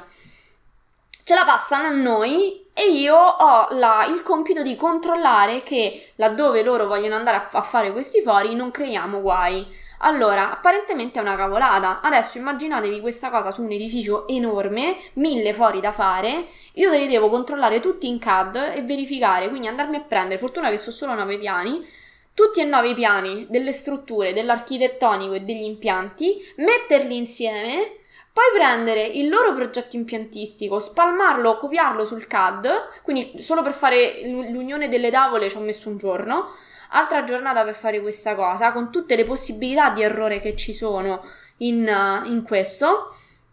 Ce la passano a noi e io ho la, il compito di controllare che laddove loro vogliono andare a, a fare questi fori non creiamo guai. Allora, apparentemente è una cavolata. Adesso immaginatevi questa cosa su un edificio enorme, mille fori da fare, io li devo controllare tutti in C A D e verificare, quindi andarmi a prendere, fortuna che sono solo nove piani, tutti e nove i piani delle strutture, dell'architettonico e degli impianti, metterli insieme, poi prendere il loro progetto impiantistico, spalmarlo, copiarlo sul C A D, quindi solo per fare l'unione delle tavole ci ho messo un giorno, altra giornata per fare questa cosa, con tutte le possibilità di errore che ci sono in, in questo,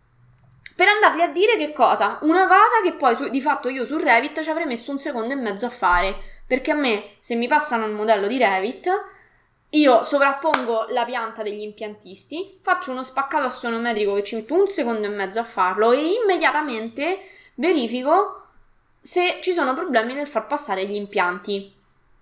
per andargli a dire che cosa? Una cosa che poi su, di fatto io su Revit ci avrei messo un secondo e mezzo a fare, perché a me, se mi passano il modello di Revit, io sovrappongo la pianta degli impiantisti, faccio uno spaccato assonometrico che ci metto un secondo e mezzo a farlo e immediatamente verifico se ci sono problemi nel far passare gli impianti.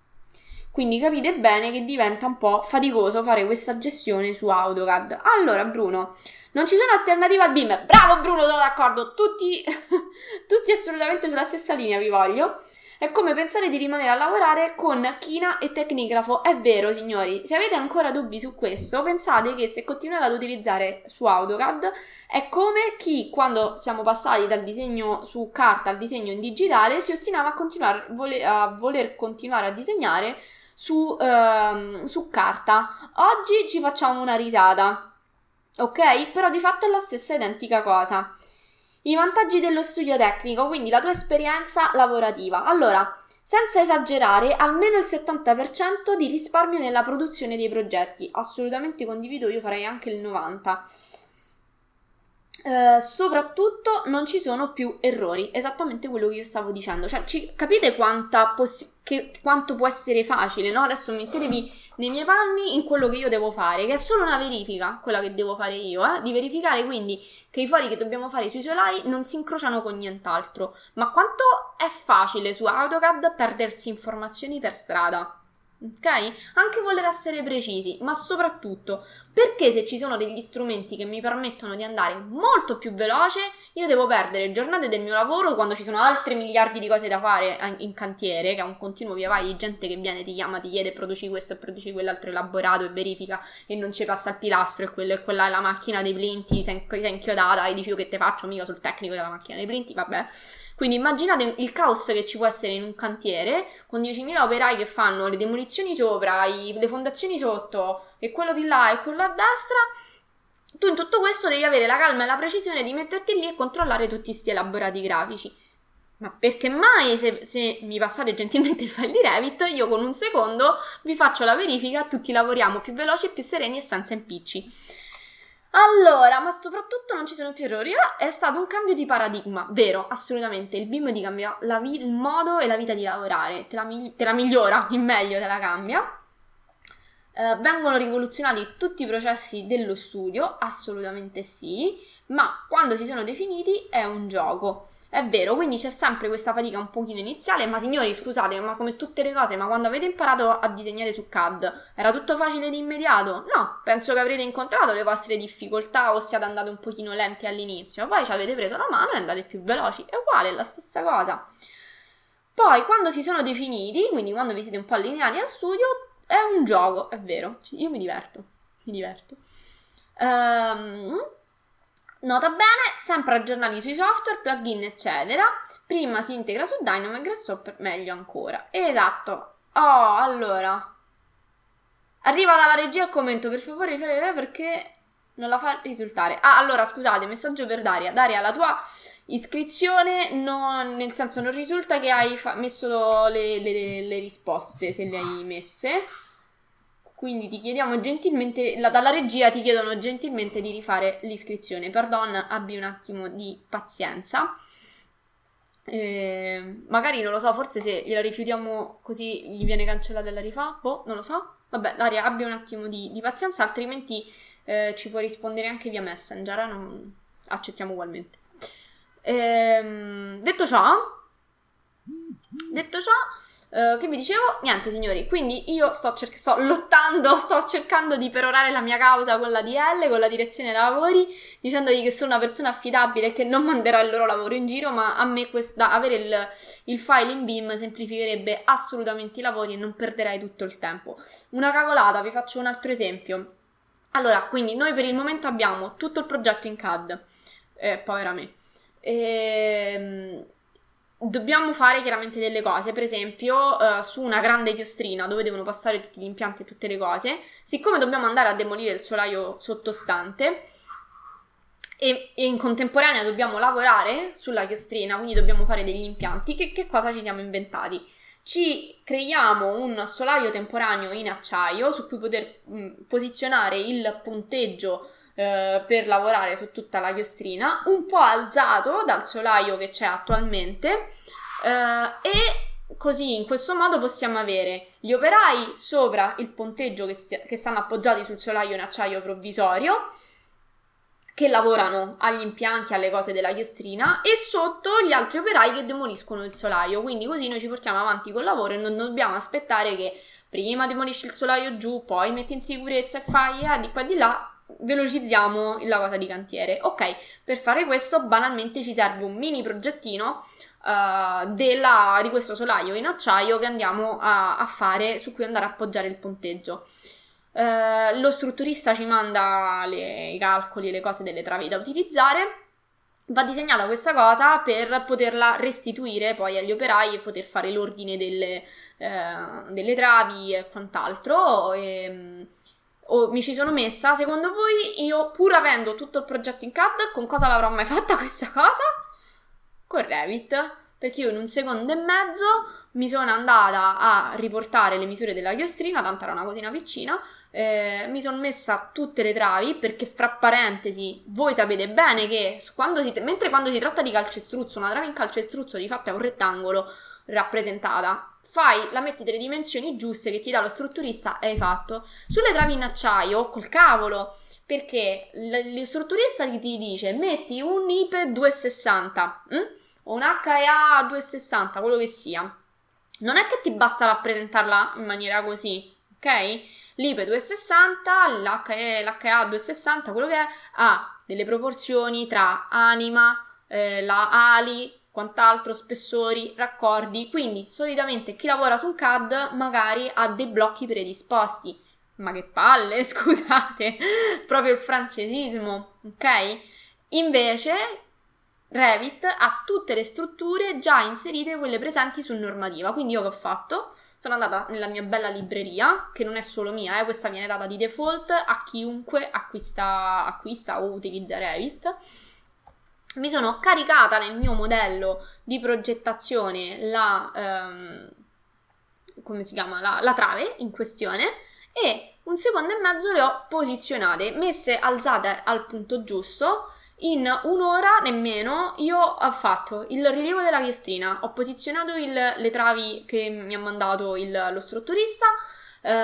Quindi capite bene che diventa un po' faticoso fare questa gestione su AutoCAD. Allora Bruno, non ci sono alternative al B I M? Bravo Bruno, sono d'accordo, tutti, tutti assolutamente sulla stessa linea vi voglio. È come pensare di rimanere a lavorare con china e tecnigrafo. È vero signori, se avete ancora dubbi su questo, pensate che se continuate ad utilizzare su AutoCAD è come chi, quando siamo passati dal disegno su carta al disegno in digitale, si ostinava a, continuare, a voler continuare a disegnare Su, ehm, su carta. Oggi ci facciamo una risata, ok? Però di fatto è la stessa identica cosa. I vantaggi dello studio tecnico, quindi la tua esperienza lavorativa. Allora, senza esagerare, almeno il settanta per cento di risparmio nella produzione dei progetti. Assolutamente condivido, io farei anche il novanta per cento. Uh, soprattutto non ci sono più errori, esattamente quello che io stavo dicendo, cioè ci, capite quanta possi- che, quanto può essere facile, no? Adesso mettetevi nei miei panni in quello che io devo fare, che è solo una verifica, quella che devo fare io, eh? Di verificare quindi che i fori che dobbiamo fare sui solai non si incrociano con nient'altro. Ma quanto è facile su AutoCAD perdersi informazioni per strada, ok? Anche voler essere precisi, ma soprattutto perché se ci sono degli strumenti che mi permettono di andare molto più veloce, io devo perdere giornate del mio lavoro quando ci sono altri miliardi di cose da fare in cantiere, che è un continuo via vai di gente che viene, ti chiama, ti chiede produci questo e produci quell'altro elaborato e verifica e non ci passa il pilastro e quello e quella è la macchina dei plinti, sei inchiodata e dici io che te faccio, mica sul tecnico della macchina dei plinti, vabbè. Quindi immaginate il caos che ci può essere in un cantiere con diecimila operai che fanno le demolizioni sopra, i, le fondazioni sotto e quello di là e quello a destra. Tu in tutto questo devi avere la calma e la precisione di metterti lì e controllare tutti questi elaborati grafici. Ma perché mai se, se mi passate gentilmente il file di Revit, io con un secondo vi faccio la verifica, tutti lavoriamo più veloci e più sereni e senza impicci. Allora, ma soprattutto non ci sono più errori. Ah, è stato un cambio di paradigma, vero, assolutamente. Il B I M ti cambia la vi- il modo e la vita di lavorare, te la, mi- te la migliora, in meglio te la cambia. Eh, vengono rivoluzionati tutti i processi dello studio, assolutamente sì. ma quando si sono definiti è un gioco. È vero, quindi c'è sempre questa fatica un pochino iniziale, ma signori, scusate, ma come tutte le cose, ma quando avete imparato a disegnare su C A D, era tutto facile di immediato? No, penso che avrete incontrato le vostre difficoltà o siate andate un pochino lenti all'inizio, poi ci avete preso la mano e andate più veloci, è uguale, è la stessa cosa. Poi, quando si sono definiti, quindi quando vi siete un po' allineati al studio, è un gioco, è vero, io mi diverto, mi diverto. Ehm... Um, Nota bene, sempre aggiornati sui software, plugin eccetera. Prima si integra su Dynamo e Grasshopper, meglio ancora. Esatto. Oh, allora. Arriva dalla regia il commento, per favore rifare perché non la fa risultare. Ah, allora, scusate, messaggio per Daria. Daria, la tua iscrizione, non, nel senso, non risulta che hai fa- messo le, le, le risposte, se le hai messe. Quindi ti chiediamo gentilmente, la, dalla regia ti chiedono gentilmente di rifare l'iscrizione. Pardon, abbi un attimo di pazienza. Eh, magari, non lo so, forse se gliela rifiutiamo così gli viene cancellata e la rifà. Boh, non lo so. Vabbè, Daria, abbi un attimo di, di pazienza, altrimenti eh, ci puoi rispondere anche via Messenger. Eh? Non... Accettiamo ugualmente. Eh, detto ciò, detto ciò... Uh, che vi dicevo? Niente signori, quindi io sto, cer- sto lottando, sto cercando di perorare la mia causa con la D L, con la direzione dei lavori, dicendogli che sono una persona affidabile e che non manderò il loro lavoro in giro, ma a me questo, da avere il, il file in B I M semplificherebbe assolutamente i lavori e non perderei tutto il tempo. Una cavolata, vi faccio un altro esempio. Allora, quindi noi per il momento abbiamo tutto il progetto in C A D, eh, povera me, ehm... dobbiamo fare chiaramente delle cose, per esempio uh, su una grande chiostrina dove devono passare tutti gli impianti e tutte le cose, siccome dobbiamo andare a demolire il solaio sottostante e, e in contemporanea dobbiamo lavorare sulla chiostrina, quindi dobbiamo fare degli impianti, che, che cosa ci siamo inventati? Ci creiamo un solaio temporaneo in acciaio su cui poter mh, posizionare il punteggio per lavorare su tutta la chiostrina, un po' alzato dal solaio che c'è attualmente, eh, e così in questo modo possiamo avere gli operai sopra il ponteggio che, si, che stanno appoggiati sul solaio in acciaio provvisorio, che lavorano agli impianti, alle cose della chiostrina, e sotto gli altri operai che demoliscono il solaio, quindi così noi ci portiamo avanti col lavoro e non dobbiamo aspettare che prima demolisci il solaio giù, poi metti in sicurezza e fai eh, di qua e di là. Velocizziamo la cosa di cantiere. Ok, per fare questo banalmente ci serve un mini progettino uh, della, di questo solaio in acciaio che andiamo a, a fare, su cui andare a appoggiare il ponteggio. Uh, lo strutturista ci manda le, i calcoli e le cose delle travi da utilizzare. Va disegnata questa cosa per poterla restituire poi agli operai e poter fare l'ordine delle, eh, delle travi e quant'altro. E, Oh, mi ci sono messa, secondo voi io pur avendo tutto il progetto in C A D, con cosa l'avrò mai fatta questa cosa? Con Revit, perché io in un secondo e mezzo mi sono andata a riportare le misure della chiostrina, tanto era una cosina piccina, eh, mi sono messa tutte le travi, perché fra parentesi voi sapete bene che quando si, mentre quando si tratta di calcestruzzo, una trave in calcestruzzo di fatto è un rettangolo rappresentata, fai, la metti delle dimensioni giuste che ti dà lo strutturista e hai fatto. Sulle travi in acciaio, col cavolo, perché l- lo strutturista ti, ti dice metti un I P E duecentosessanta hm? o un H E A duecentosessanta, quello che sia. Non è che ti basta rappresentarla in maniera così, ok? L'I P E duecentosessanta, l'H E, l'H E A duecentosessanta, quello che è, ha delle proporzioni tra anima, eh, la ali, quant'altro, spessori, raccordi, quindi solitamente chi lavora su un C A D magari ha dei blocchi predisposti. Ma che palle, scusate, proprio il francesismo, ok? Invece Revit ha tutte le strutture già inserite, quelle presenti su normativa, quindi io che ho fatto? Sono andata nella mia bella libreria, che non è solo mia, eh, questa viene data di default a chiunque acquista, acquista o utilizza Revit. Mi sono caricata nel mio modello di progettazione la, ehm, come si chiama, la, la trave in questione e un secondo e mezzo le ho posizionate, messe alzate al punto giusto. In un'ora nemmeno io ho fatto il rilievo della chiostrina, ho posizionato il, le travi che mi ha mandato il, lo strutturista,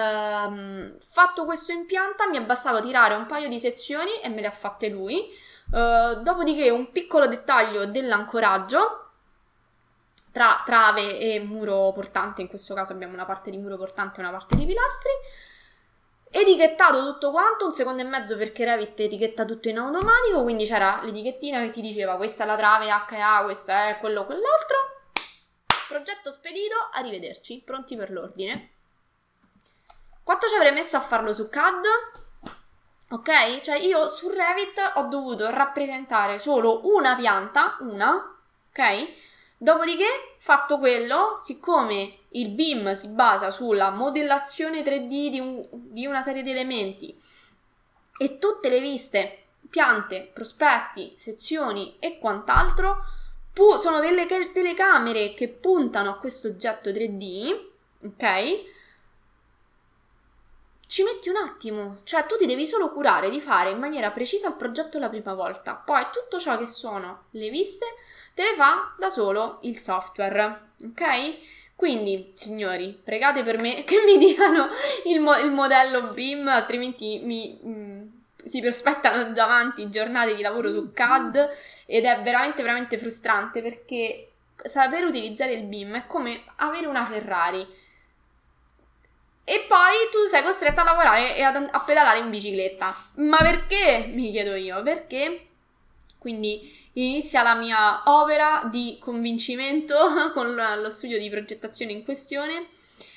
ehm, fatto questo impianta mi è bastato tirare un paio di sezioni e me le ha fatte lui. Uh, dopodiché un piccolo dettaglio dell'ancoraggio tra trave e muro portante, in questo caso abbiamo una parte di muro portante e una parte di pilastri. Etichettato tutto quanto, un secondo e mezzo perché Revit etichetta tutto in automatico, quindi c'era l'etichettina che ti diceva questa è la trave H e A, questa è quello quell'altro. Progetto spedito, arrivederci, pronti per l'ordine. Quanto ci avrei messo a farlo su C A D? Ok? Cioè io su Revit ho dovuto rappresentare solo una pianta, una, ok? Dopodiché, fatto quello, siccome il B I M si basa sulla modellazione tre D di, un, di una serie di elementi e tutte le viste, piante, prospetti, sezioni e quant'altro pu- sono delle telecamere che puntano a questo oggetto tre D, ok? Ci metti un attimo, cioè tu ti devi solo curare di fare in maniera precisa il progetto la prima volta, poi tutto ciò che sono le viste te le fa da solo il software, ok? Quindi, signori, pregate per me che mi diano il, mo- il modello B I M, altrimenti mi, mh, si prospettano davanti giornate di lavoro su C A D ed è veramente, veramente frustrante perché saper utilizzare il B I M è come avere una Ferrari. E poi tu sei costretta a lavorare e a, a pedalare in bicicletta. Ma perché? Mi chiedo io. Perché? Quindi inizia la mia opera di convincimento con lo studio di progettazione in questione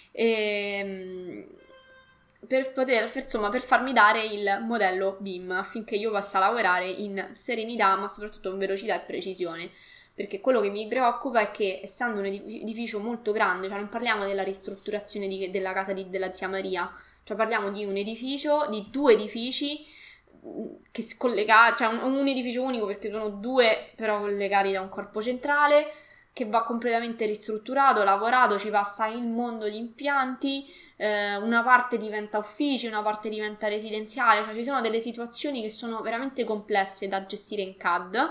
ehm, per poter, insomma, per farmi dare il modello B I M affinché io possa lavorare in serenità, ma soprattutto in velocità e precisione. Perché quello che mi preoccupa è che, essendo un edificio molto grande, cioè non parliamo della ristrutturazione di, della casa di, della zia Maria, cioè parliamo di un edificio, di due edifici che si collega, cioè un, un edificio unico perché sono due però collegati da un corpo centrale che va completamente ristrutturato, lavorato, ci passa il mondo di impianti, eh, una parte diventa uffici, una parte diventa residenziale, cioè ci sono delle situazioni che sono veramente complesse da gestire in C A D.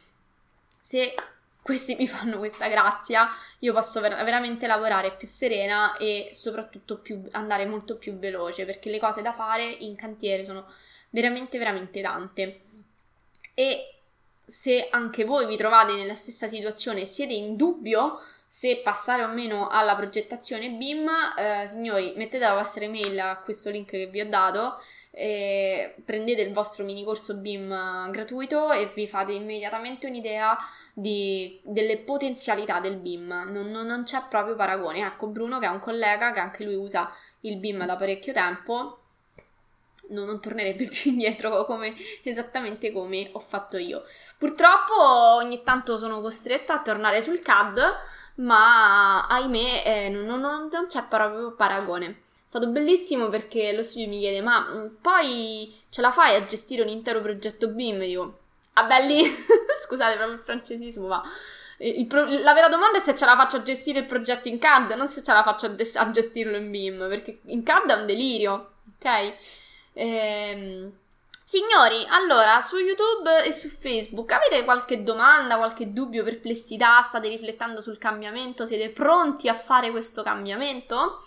Se questi mi fanno questa grazia, io posso ver- veramente lavorare più serena e soprattutto più, andare molto più veloce, perché le cose da fare in cantiere sono veramente, veramente tante. E se anche voi vi trovate nella stessa situazione e siete in dubbio se passare o meno alla progettazione B I M, eh, signori, mettete la vostra email a questo link che vi ho dato, eh, prendete il vostro mini corso B I M gratuito e vi fate immediatamente un'idea di, delle potenzialità del B I M. Non, non, non c'è proprio paragone. Ecco, Bruno, che è un collega che anche lui usa il B I M da parecchio tempo, non, non tornerebbe più indietro come, esattamente come ho fatto io. Purtroppo ogni tanto sono costretta a tornare sul C A D, ma ahimè eh, non, non, non c'è proprio paragone. È stato bellissimo perché lo studio mi chiede: ma mh, poi ce la fai a gestire un intero progetto B I M? Dico, ah belli, scusate proprio il francesismo, ma il pro- la vera domanda è se ce la faccio a gestire il progetto in C A D, non se ce la faccio a, des- a gestirlo in B I M, perché in C A D è un delirio, ok? Ehm... Signori, allora, su YouTube e su Facebook avete qualche domanda, qualche dubbio, perplessità? State riflettendo sul cambiamento? Siete pronti a fare questo cambiamento?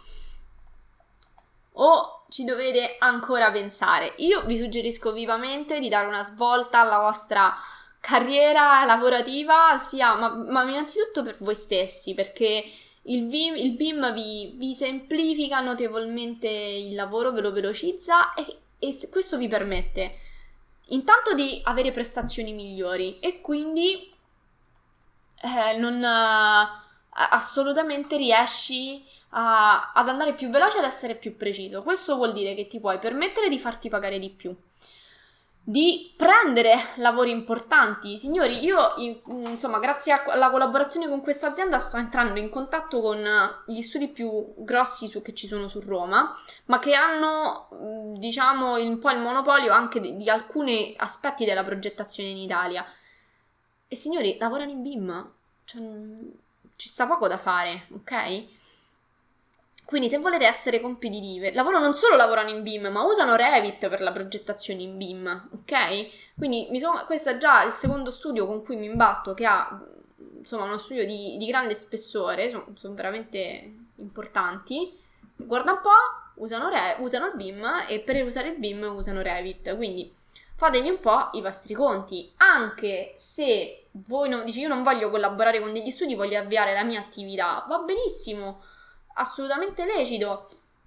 O ci dovete ancora pensare? Io vi suggerisco vivamente di dare una svolta alla vostra carriera lavorativa, sia, ma, ma innanzitutto per voi stessi, perché il, V I M, il B I M vi, vi semplifica notevolmente il lavoro, ve lo velocizza e E questo vi permette intanto di avere prestazioni migliori e quindi eh, non eh, assolutamente riesci a, ad andare più veloce, ad essere più preciso. Questo vuol dire che ti puoi permettere di farti pagare di più, di prendere lavori importanti. Signori, io insomma, grazie alla collaborazione con questa azienda sto entrando in contatto con gli studi più grossi su, che ci sono su Roma, ma che hanno, diciamo, un po' il monopolio anche di, di alcuni aspetti della progettazione in Italia. E signori, lavorano in B I M, cioè, ci sta poco da fare, ok? Quindi se volete essere competitive, lavoro non solo lavorano in B I M, ma usano Revit per la progettazione in B I M, ok? Quindi mi sono, questo è già il secondo studio con cui mi imbatto, che ha insomma uno studio di, di grande spessore, sono, sono veramente importanti. Guarda un po', usano, Re, usano il B I M e per usare il B I M usano Revit, quindi fatevi un po' i vostri conti, anche se voi non dici io non voglio collaborare con degli studi, voglio avviare la mia attività, va benissimo, assolutamente lecito,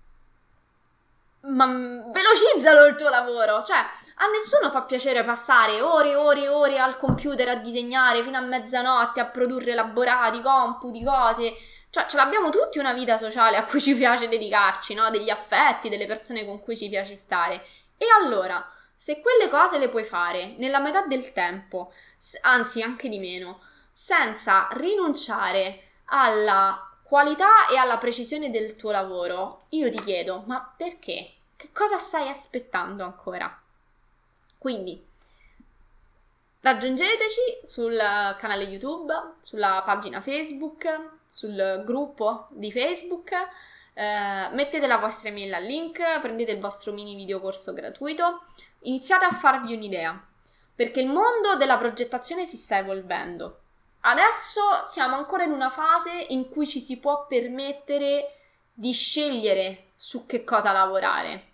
ma velocizzalo il tuo lavoro, cioè a nessuno fa piacere passare ore e ore e ore al computer a disegnare fino a mezzanotte, a produrre elaborati, computi, cose, cioè ce l'abbiamo tutti una vita sociale a cui ci piace dedicarci, no? Degli affetti, delle persone con cui ci piace stare, e allora se quelle cose le puoi fare nella metà del tempo, anzi anche di meno, senza rinunciare alla qualità e alla precisione del tuo lavoro, io ti chiedo, ma perché? Che cosa stai aspettando ancora? Quindi raggiungeteci sul canale YouTube, sulla pagina Facebook, sul gruppo di Facebook, eh, mettete la vostra email al link, prendete il vostro mini videocorso gratuito, iniziate a farvi un'idea, perché il mondo della progettazione si sta evolvendo. Adesso siamo ancora in una fase in cui ci si può permettere di scegliere su che cosa lavorare.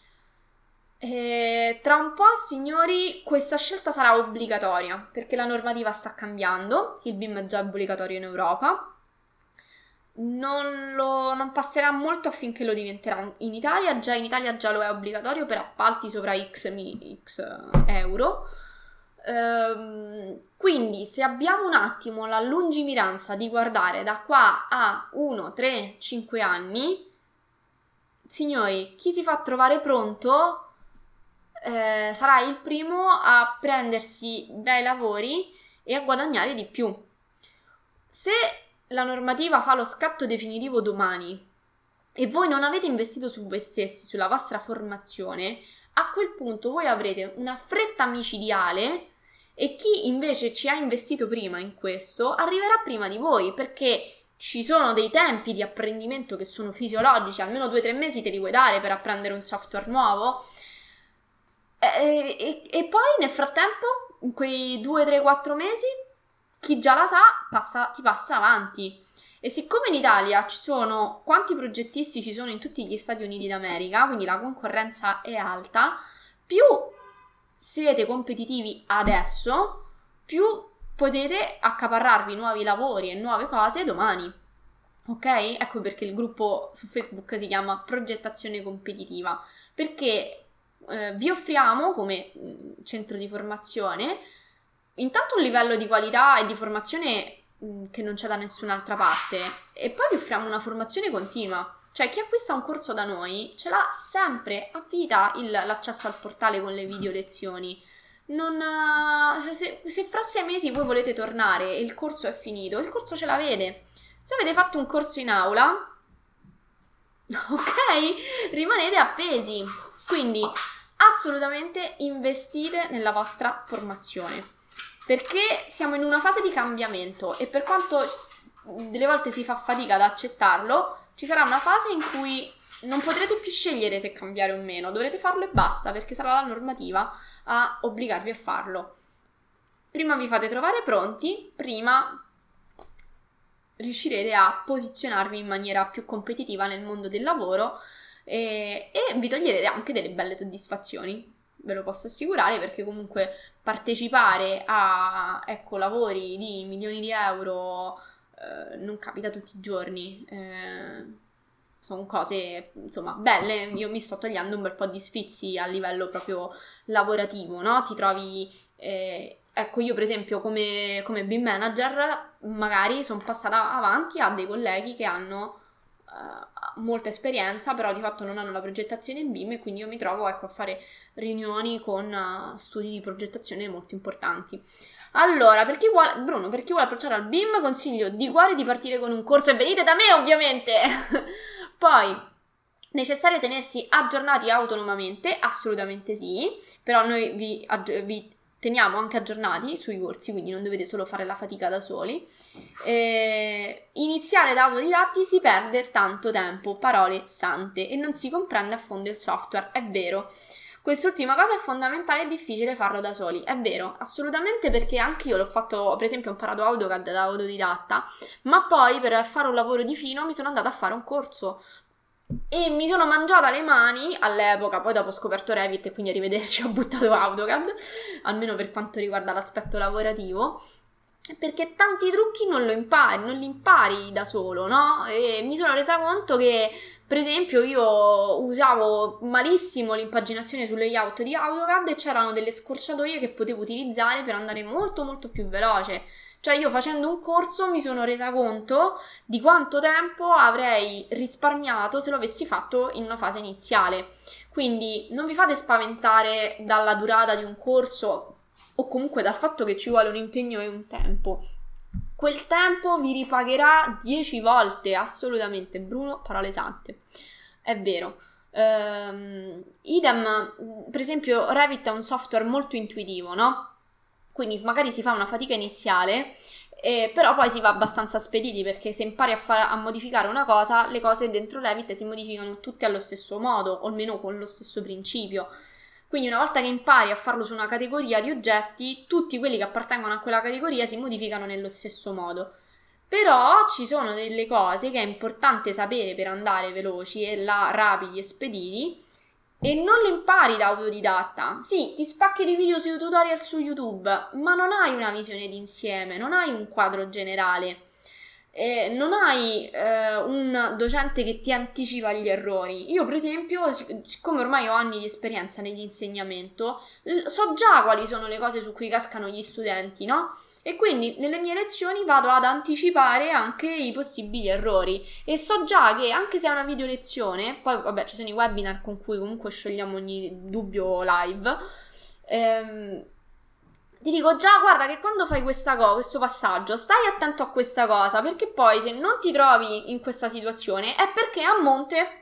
E tra un po', signori, questa scelta sarà obbligatoria, perché la normativa sta cambiando, il B I M è già obbligatorio in Europa, non, lo, non passerà molto affinché lo diventerà in Italia, già in Italia già lo è obbligatorio per appalti sopra X, X euro. Ehm, quindi se abbiamo un attimo la lungimiranza di guardare da qua a uno, tre, cinque anni, signori, chi si fa trovare pronto eh, sarà il primo a prendersi bei lavori e a guadagnare di più. Se la normativa fa lo scatto definitivo domani e voi non avete investito su voi stessi, sulla vostra formazione, a quel punto voi avrete una fretta micidiale e chi invece ci ha investito prima in questo arriverà prima di voi, perché ci sono dei tempi di apprendimento che sono fisiologici, almeno due o tre mesi te li vuoi dare per apprendere un software nuovo, e, e, e poi nel frattempo, in quei due, tre, quattro mesi, chi già la sa passa, ti passa avanti. E siccome in Italia ci sono quanti progettisti ci sono in tutti gli Stati Uniti d'America, quindi la concorrenza è alta, più siete competitivi adesso, più potete accaparrarvi nuovi lavori e nuove cose domani. Ok? Ecco perché il gruppo su Facebook si chiama Progettazione Competitiva, perché eh, vi offriamo come mh, centro di formazione intanto un livello di qualità e di formazione mh, che non c'è da nessun'altra parte, e poi vi offriamo una formazione continua. Cioè chi acquista un corso da noi ce l'ha sempre a vita il, l'accesso al portale con le video lezioni. Non, se, se fra sei mesi voi volete tornare e il corso è finito, il corso ce l'avete. Se avete fatto un corso in aula, ok, rimanete appesi. Quindi assolutamente investite nella vostra formazione, perché siamo in una fase di cambiamento e per quanto delle volte si fa fatica ad accettarlo, ci sarà una fase in cui non potrete più scegliere se cambiare o meno, dovrete farlo e basta, perché sarà la normativa a obbligarvi a farlo. Prima vi fate trovare pronti, prima riuscirete a posizionarvi in maniera più competitiva nel mondo del lavoro e, e vi toglierete anche delle belle soddisfazioni, ve lo posso assicurare, perché comunque partecipare a ecco lavori di milioni di euro eh, non capita tutti i giorni. Eh, sono cose insomma belle, io mi sto togliendo un bel po' di sfizi a livello proprio lavorativo, no? Ti trovi eh, ecco, io per esempio come, come B I M manager magari sono passata avanti a dei colleghi che hanno uh, molta esperienza, però di fatto non hanno la progettazione in B I M, e quindi io mi trovo ecco a fare riunioni con uh, studi di progettazione molto importanti. Allora, per chi vuole, Bruno, per chi vuole approcciare al B I M consiglio di cuore di partire con un corso e venite da me ovviamente. Poi, necessario tenersi aggiornati autonomamente? Assolutamente sì, però noi vi, aggi- vi teniamo anche aggiornati sui corsi, quindi non dovete solo fare la fatica da soli. Eh, iniziare da autodidatti si perde tanto tempo, parole sante, e non si comprende a fondo il software, è vero. Quest'ultima cosa è fondamentale e difficile farlo da soli, è vero, assolutamente, perché anche io l'ho fatto, per esempio ho imparato AutoCAD da autodidatta, ma poi per fare un lavoro di fino mi sono andata a fare un corso, e mi sono mangiata le mani all'epoca, poi dopo ho scoperto Revit e quindi arrivederci ho buttato AutoCAD, almeno per quanto riguarda l'aspetto lavorativo, perché tanti trucchi non lo impari, non li impari da solo, no? E mi sono resa conto che, per esempio, io usavo malissimo l'impaginazione sul layout di AutoCAD e c'erano delle scorciatoie che potevo utilizzare per andare molto molto più veloce. Cioè io facendo un corso mi sono resa conto di quanto tempo avrei risparmiato se lo avessi fatto in una fase iniziale. Quindi non vi fate spaventare dalla durata di un corso o comunque dal fatto che ci vuole un impegno e un tempo. Quel tempo vi ripagherà dieci volte, assolutamente. Bruno, parole sante. È vero. Ehm, idem, per esempio, Revit è un software molto intuitivo, no? Quindi magari si fa una fatica iniziale, eh, però poi si va abbastanza spediti, perché se impari a, far, a modificare una cosa, le cose dentro Revit si modificano tutte allo stesso modo, o almeno con lo stesso principio. Quindi una volta che impari a farlo su una categoria di oggetti, tutti quelli che appartengono a quella categoria si modificano nello stesso modo. Però ci sono delle cose che è importante sapere per andare veloci e là rapidi e spediti, e non le impari da autodidatta. Sì, ti spacchi di video su tutorial su YouTube, ma non hai una visione d'insieme, non hai un quadro generale, eh, non hai eh, un docente che ti anticipa gli errori. Io, per esempio, siccome ormai ho anni di esperienza nell'insegnamento, so già quali sono le cose su cui cascano gli studenti, no? E quindi nelle mie lezioni vado ad anticipare anche i possibili errori e so già che anche se è una video lezione, poi vabbè ci sono i webinar con cui comunque sciogliamo ogni dubbio live, ehm, ti dico già guarda che quando fai questa cosa, questo passaggio, stai attento a questa cosa, perché poi se non ti trovi in questa situazione è perché a monte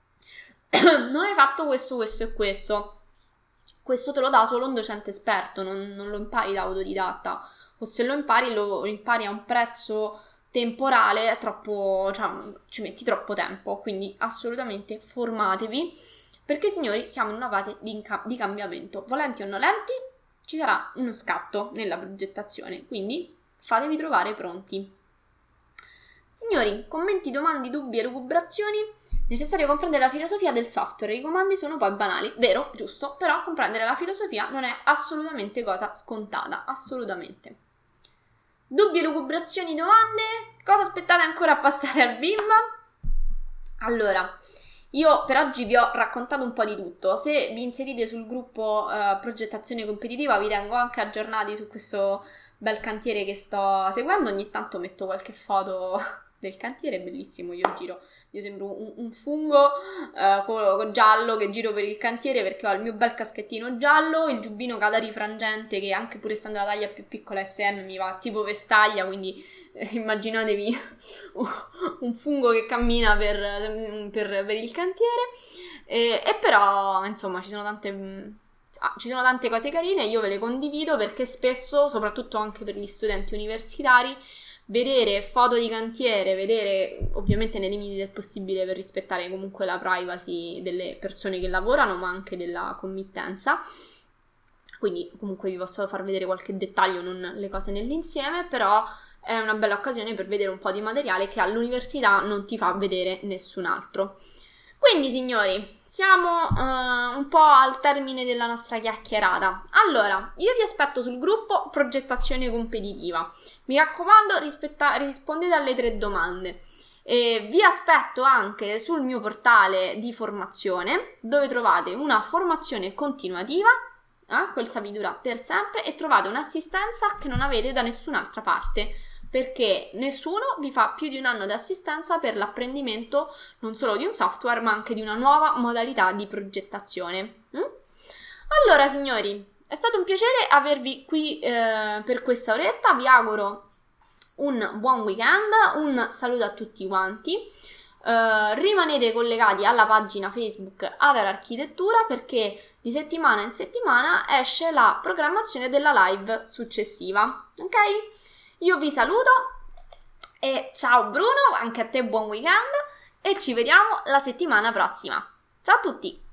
non hai fatto questo, questo e questo. Questo te lo dà solo un docente esperto, non, non lo impari da autodidatta. O se lo impari, lo impari a un prezzo temporale, è troppo, cioè, ci metti troppo tempo, quindi assolutamente formatevi, perché signori siamo in una fase di, inca- di cambiamento, volenti o nolenti, ci sarà uno scatto nella progettazione, quindi fatevi trovare pronti. Signori, commenti, domande, dubbi e lucubrazioni? Necessario comprendere la filosofia del software, i comandi sono poi banali, vero, giusto, però comprendere la filosofia non è assolutamente cosa scontata, assolutamente. Dubbi, lucubrazioni, domande? Cosa aspettate ancora a passare al B I M? Allora, io per oggi vi ho raccontato un po' di tutto. Se vi inserite sul gruppo uh, progettazione competitiva vi tengo anche aggiornati su questo bel cantiere che sto seguendo. Ogni tanto metto qualche foto del cantiere, è bellissimo, io giro, io sembro un, un fungo uh, con, con giallo che giro per il cantiere perché ho il mio bel caschettino giallo, il giubbino Cadari frangente che anche pur essendo la taglia più piccola S M mi va tipo vestaglia, quindi eh, immaginatevi un fungo che cammina per, per, per il cantiere, e, e però insomma ci sono tante... Ah, ci sono tante cose carine, io ve le condivido perché spesso, soprattutto anche per gli studenti universitari, vedere foto di cantiere, vedere ovviamente nei limiti del possibile per rispettare comunque la privacy delle persone che lavorano ma anche della committenza, quindi comunque vi posso far vedere qualche dettaglio, non le cose nell'insieme, però è una bella occasione per vedere un po' di materiale che all'università non ti fa vedere nessun altro. Quindi signori, siamo uh, un po' al termine della nostra chiacchierata. Allora, io vi aspetto sul gruppo progettazione competitiva. Mi raccomando, rispetta- rispondete alle tre domande. E vi aspetto anche sul mio portale di formazione, dove trovate una formazione continuativa, eh, quel Sapidura per sempre, e trovate un'assistenza che non avete da nessun'altra parte, perché nessuno vi fa più di un anno di assistenza per l'apprendimento non solo di un software ma anche di una nuova modalità di progettazione. Mm? Allora signori, è stato un piacere avervi qui eh, per questa oretta, vi auguro un buon weekend, un saluto a tutti quanti, uh, rimanete collegati alla pagina Facebook Adar Architettura perché di settimana in settimana esce la programmazione della live successiva, ok? Io vi saluto e ciao Bruno, anche a te buon weekend e ci vediamo la settimana prossima. Ciao a tutti!